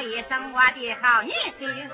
一声我的好女婿。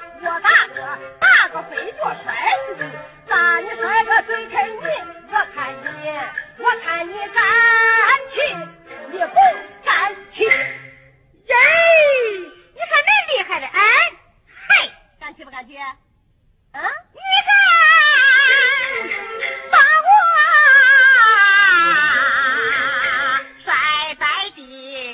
非着摔死你，那你摔个嘴啃你，我看看你敢去，你不敢去。 耶，你看恁厉害的，哎，嘿， 敢去不敢去？ 啊，你敢把我摔在地？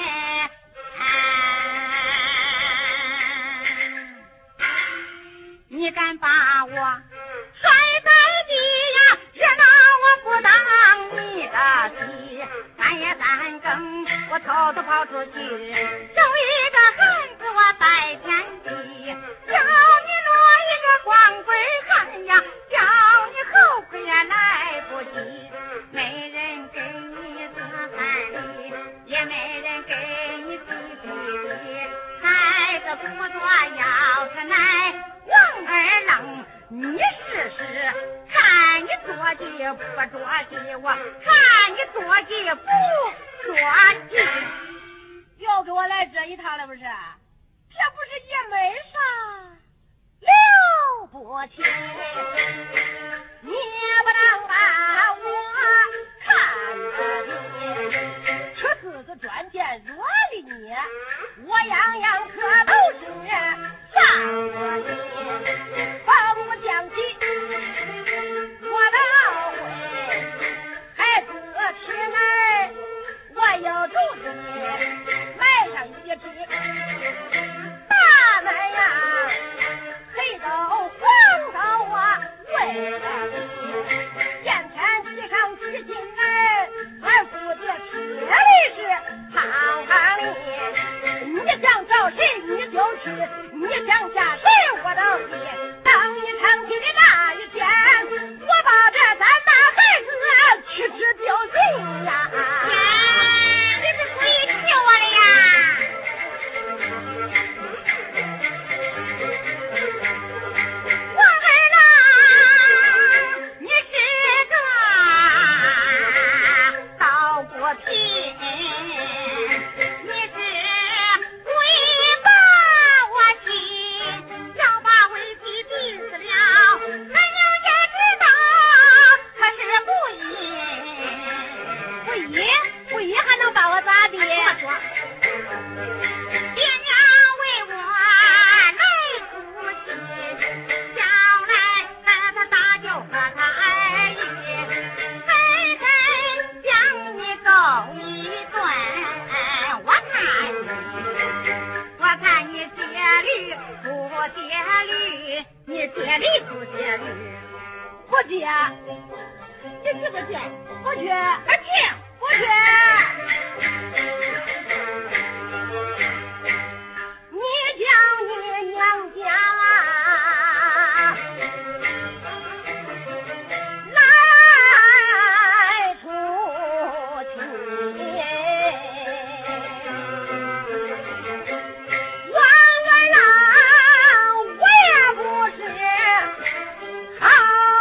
你敢把我摔在地呀？惹恼我不当你的妻，半夜三更我偷偷跑出去，找一个汉子我在天地，叫你落一个光棍汉呀，叫你后悔呀来不及，没人给你做饭的，也没人给你洗洗的，孩子不多要是来王二郎，你试试看你做的不着急，我看你做的不着急， 又给我来这一套了不是？这不是也没啥了不起，你不能把我看着你，吃自个专见惹的你，我样样可都是上着你，帮我讲起我的懊悔，孩子吃奶我有主意，买上一只大奶呀，黑豆黄豆啊，为了你眼前骑上骑进来，俺姑爹吃的是汤汤里，你想找谁你就去，你想嫁谁我都去，当你长期的那一天，我把这咱大孩子去吃就行呀。 你是故意气我的呀？王二郎，你是个捣鼓皮，你是故意把我气，要把危机逼死了，俺娘也知道他是不义， 不义还能把我咋地？ 爹娘为我来哭泣，将来他大舅和他二姨，狠将你揍一顿。我看你接驴不接驴，你接驴不接驴， 不接，你是不接？不去， 不去。 不去。你叫你娘家来出去，王二郎我也不是好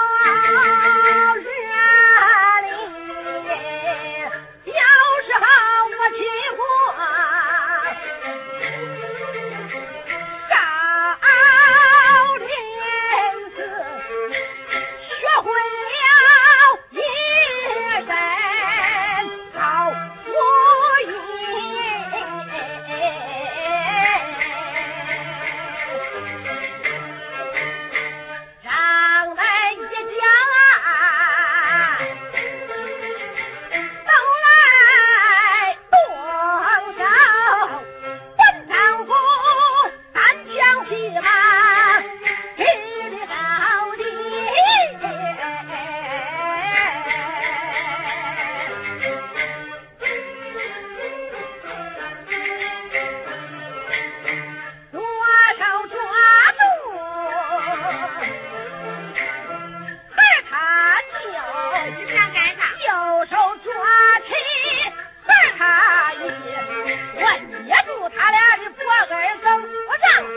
人哩，要是好我欺负少林寺，学会了一身好武艺，让来一家都来动手，本丈夫单枪匹马霹雳高地，左手抓住孩他救， 你想干啥？ 右手抓起孩他一，我捏住他俩的脖根走，我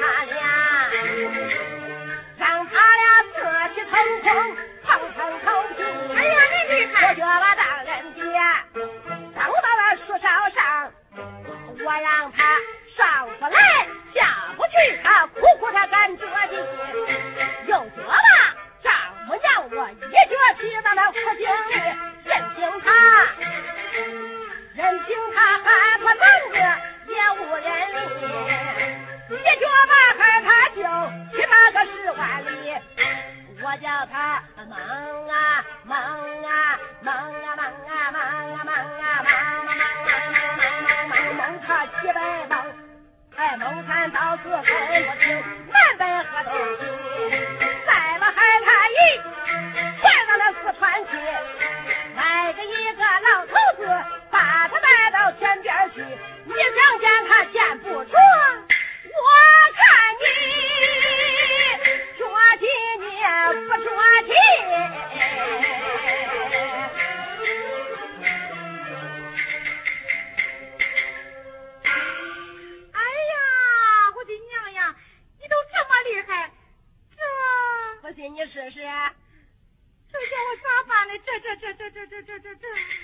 让他俩色气腾腾，碰碰头皮。 哎呀，你厉害！ 我就把当人爹登到了树梢上，我让他上不来下不去，他哭哭他敢折的心，又觉吧丈母娘我一觉提到那苦经历，任凭他害怕等着也无人理，一脚把害他就去那个10万里，我叫他蒙啊蒙啊蒙啊蒙啊蒙啊蒙啊蒙他700蒙，哎蒙看到死分不清，南北河东西，再了害他一快到那4川去，来个一个老头子把他带到前边去，你想见他见不着，我看你着急你不着急。 哎呀，我的娘呀，你都这么厉害，这不信你试试。 这叫我咋办呢？这。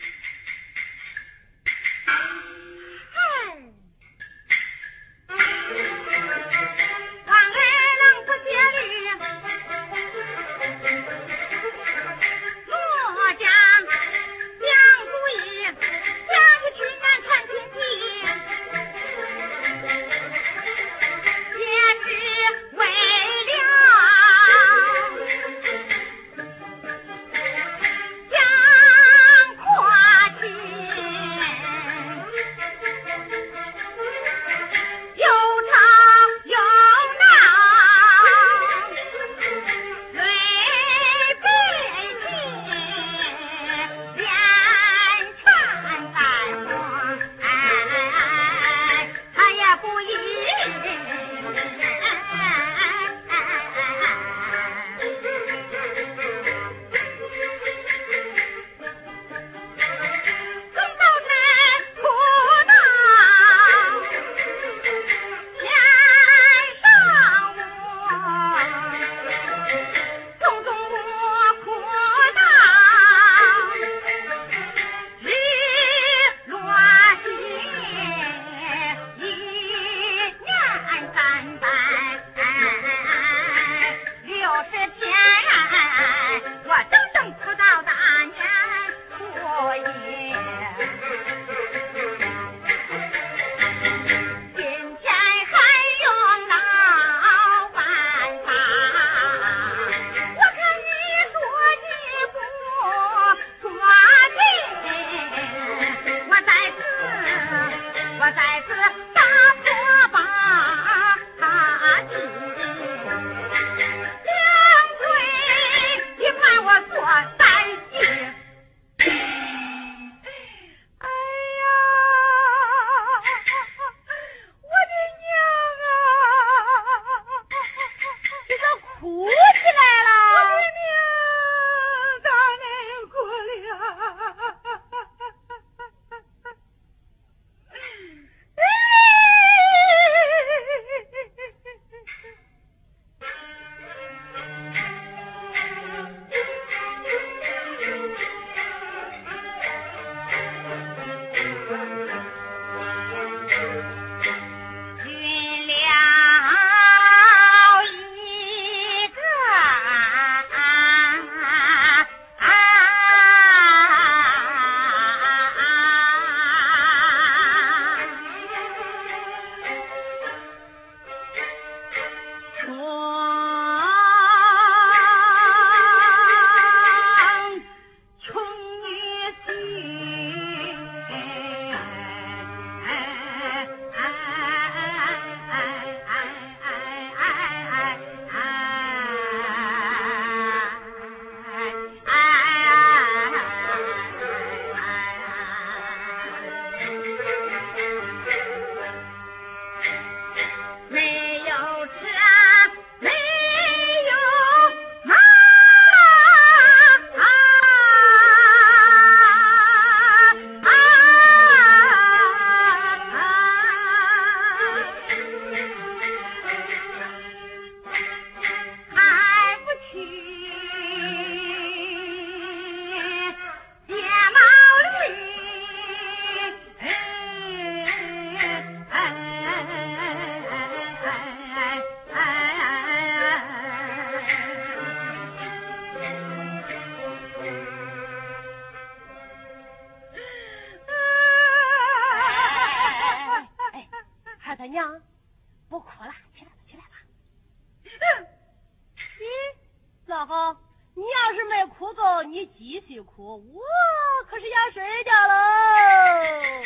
你继续哭，我可是要睡觉喽。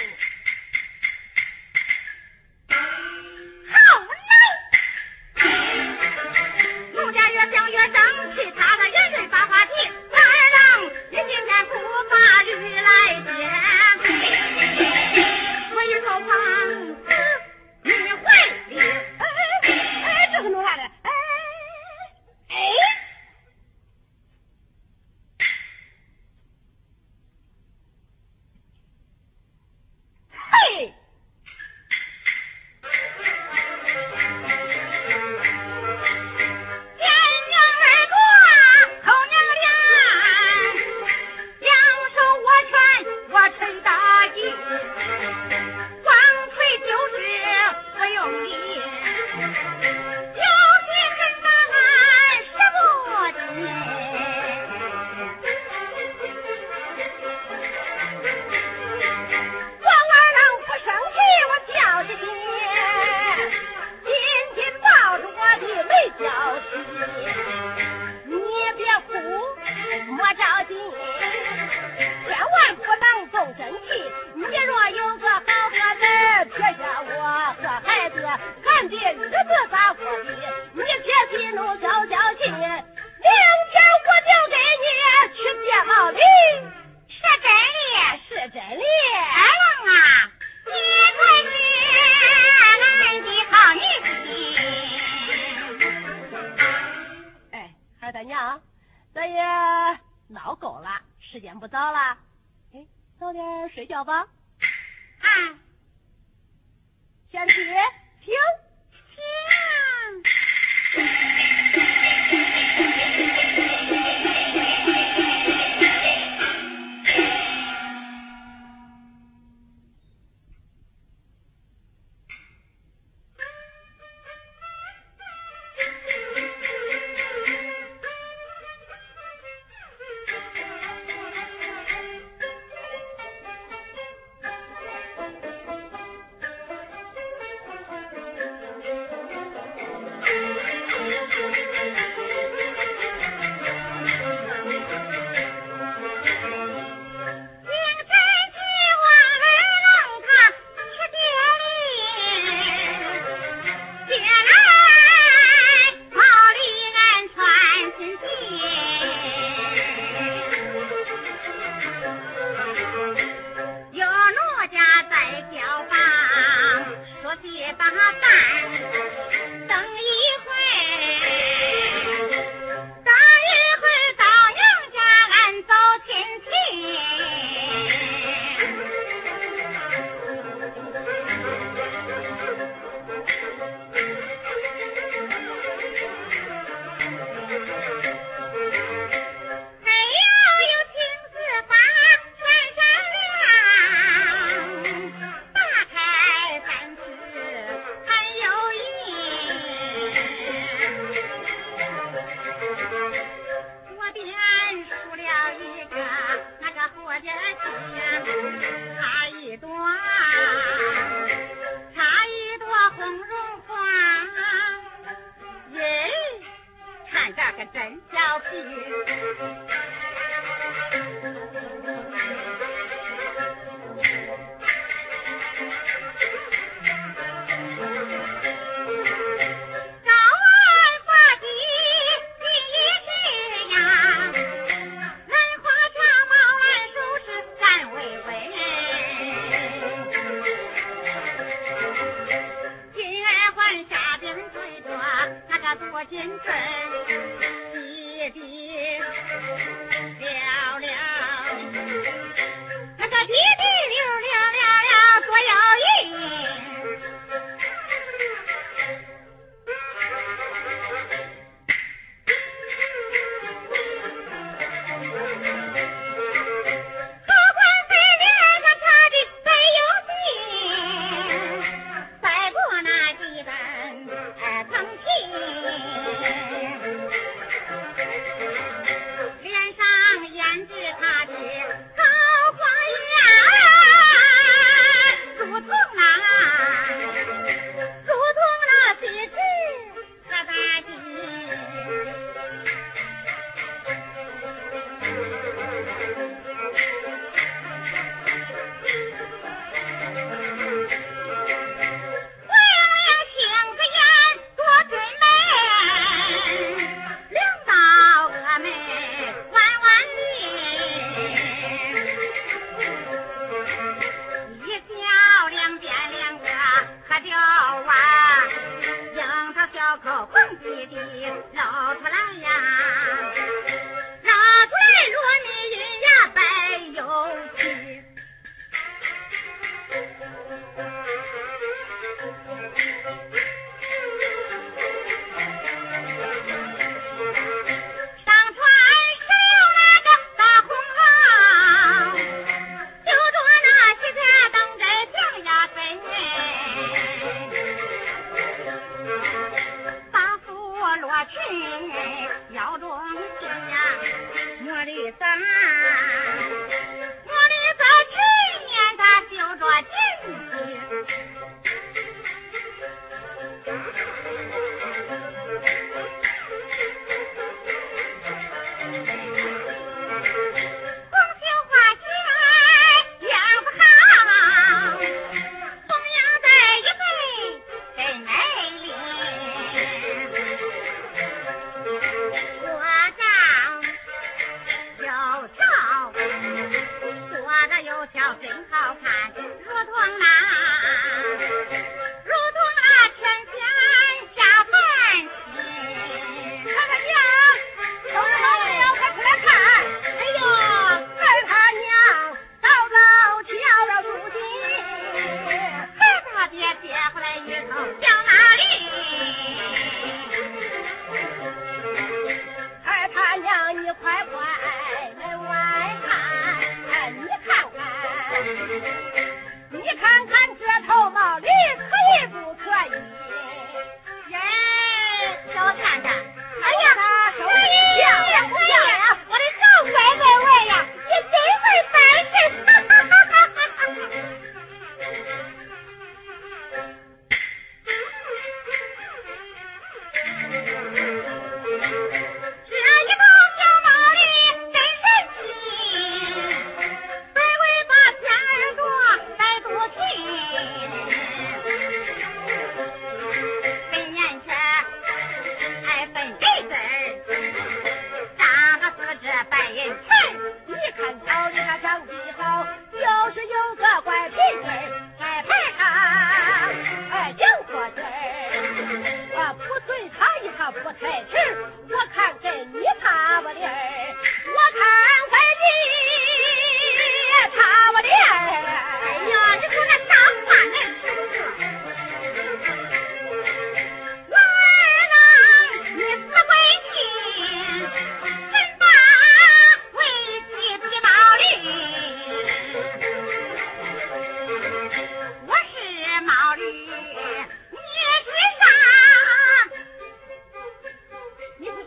好嘞！陆家越想越生气，他的眼泪把话题，二郎，你今天不把驴来接，我一头胖子你怀里， 这是弄啥的？嘿！睡觉吧。先去停。 我的这去年他就着进去，红绣花鞋样子好，同样的一枚真美丽。我长又长，说的又小，真好看，如同那天仙下凡心。看看娘，都是好朋友，快出来看！哎呦，孩他娘早早跳了出去，孩他爹接回来一头向哪里？孩他娘，你快快门外看，你看看，你看看这头毛驴可以不可以？耶，小看看，哎呀，哎呀，我的小乖乖乖呀，你真会办事，哈哈哈哈哈哈！这一头小毛驴真神奇，白尾巴尖耳朵带肚皮，分眼圈还分背根儿，长个四肢白人裙，一看瞧你那长得好，就是有个怪皮筋儿，在排上硬脖筋儿，不随他一趟不太迟，我看跟你差不离儿，我看跟你差不离儿。哎呀，你说那啥话呢？我儿郎，你死鬼心，真把为妻比毛驴。我是毛驴，你是啥？你是啥？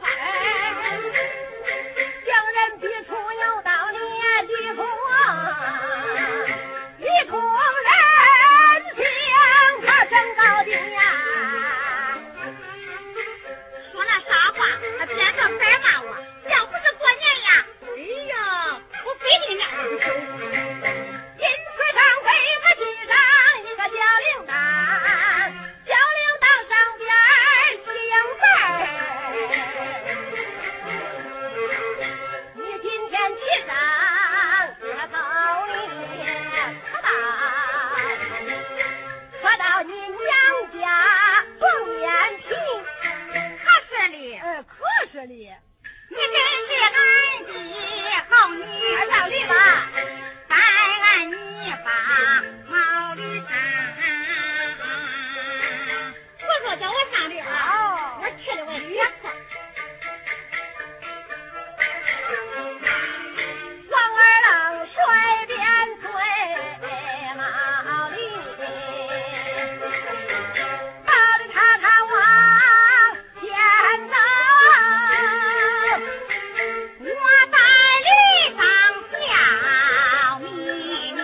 将人逼出有道理，李同人情他真高定呀！说那啥话，别这白骂我，要不是过年呀，哎呀，我非给你面子不收。金锤上飞个地上一个小铃铛，小铃铛上边起影字儿。你今天骑上这高里，可到你娘家凤眼皮，可是哩，你真是俺的好女儿，让梨吧，在俺泥巴毛驴上，我说叫我上驴啊，我去了我也快。王二郎甩鞭催毛驴，抱着他往前走，我在驴上笑眯眯，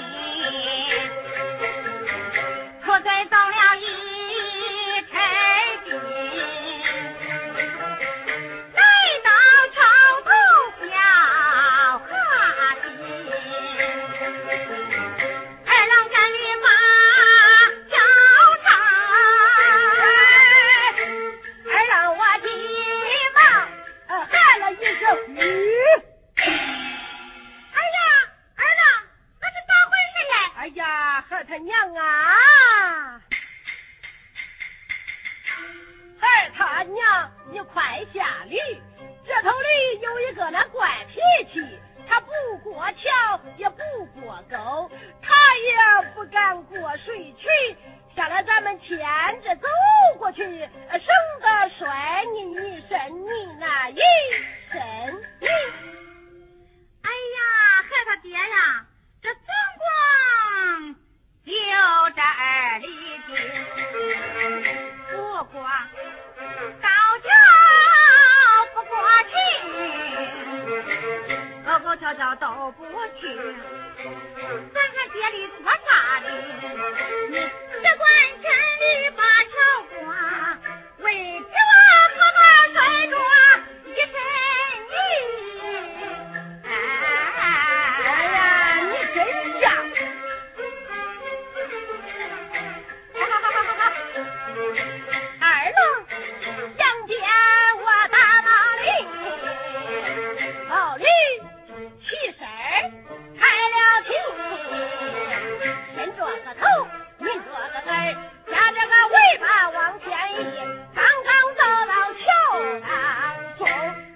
可再走了一尺地，来到城头小河边，二郎赶驴马叫唱，二郎我急忙喊了一声雨。哎呀，二郎，那是咋回事嘞？哎呀，孩他娘啊，孩他娘，你快下驴，这头驴有一个那怪脾气，他不过桥也不过沟，他也不敢过水渠，下来咱们牵着走过去，省得摔你一身泥那一身泥。哎呀，孩他爹呀，这总共就这2里地，不过高桥不过去，高桥叫叫都不去，咱还爹里做啥的？你只管真理把桥过，为这我婆婆摔着一身泥。 哎呀，你真犟！ 二郎想见我大马里，老李起身开了庭，伸着个头，抿着个嘴，夹着个尾巴往前移，刚刚走到桥当中。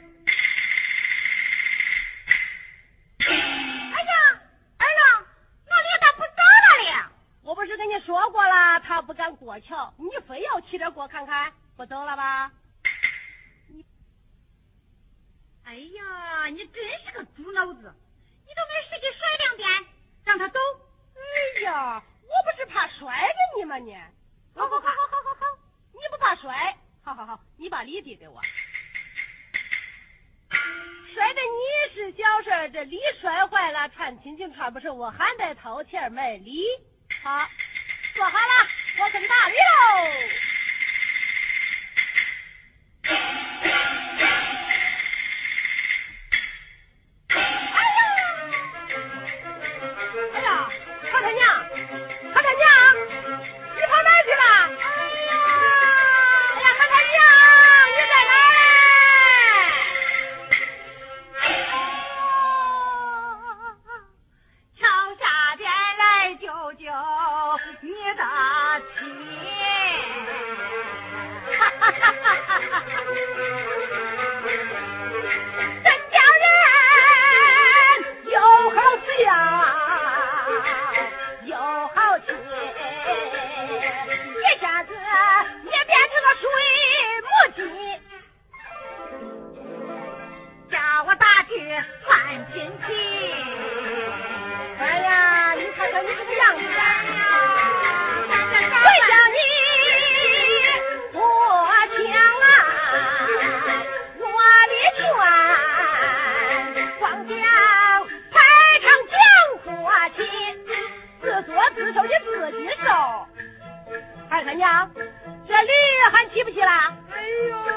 哎呀，二郎，那李咋不走了了？ 我不是跟你说过了，他不敢过桥，你非要骑着过看看，不走了吧？ 哎呀，你真是个猪脑子！你都没事给甩两遍，让他走。 哎呀，我不是怕摔着你吗你？ 好， 你不怕摔？好，你把礼递给我。摔的你是小事，这礼摔坏了，看亲情看不成，我还得掏钱买礼。好，做好了，我跟大礼喽。哎呀，何他娘，你跑哪儿去了？哎呀，何他娘，你在哪儿嘞？桥下边来救救你的亲！真叫人又好笑又好气， 一下子也变成个水母鸡，叫我打去串亲戚。 哎呀，你看看你这个样子谁叫你破墙啊！我的拳光想排场讲和气， 自作自受你自己受。二他娘，这礼还起不起了？ 哎呦，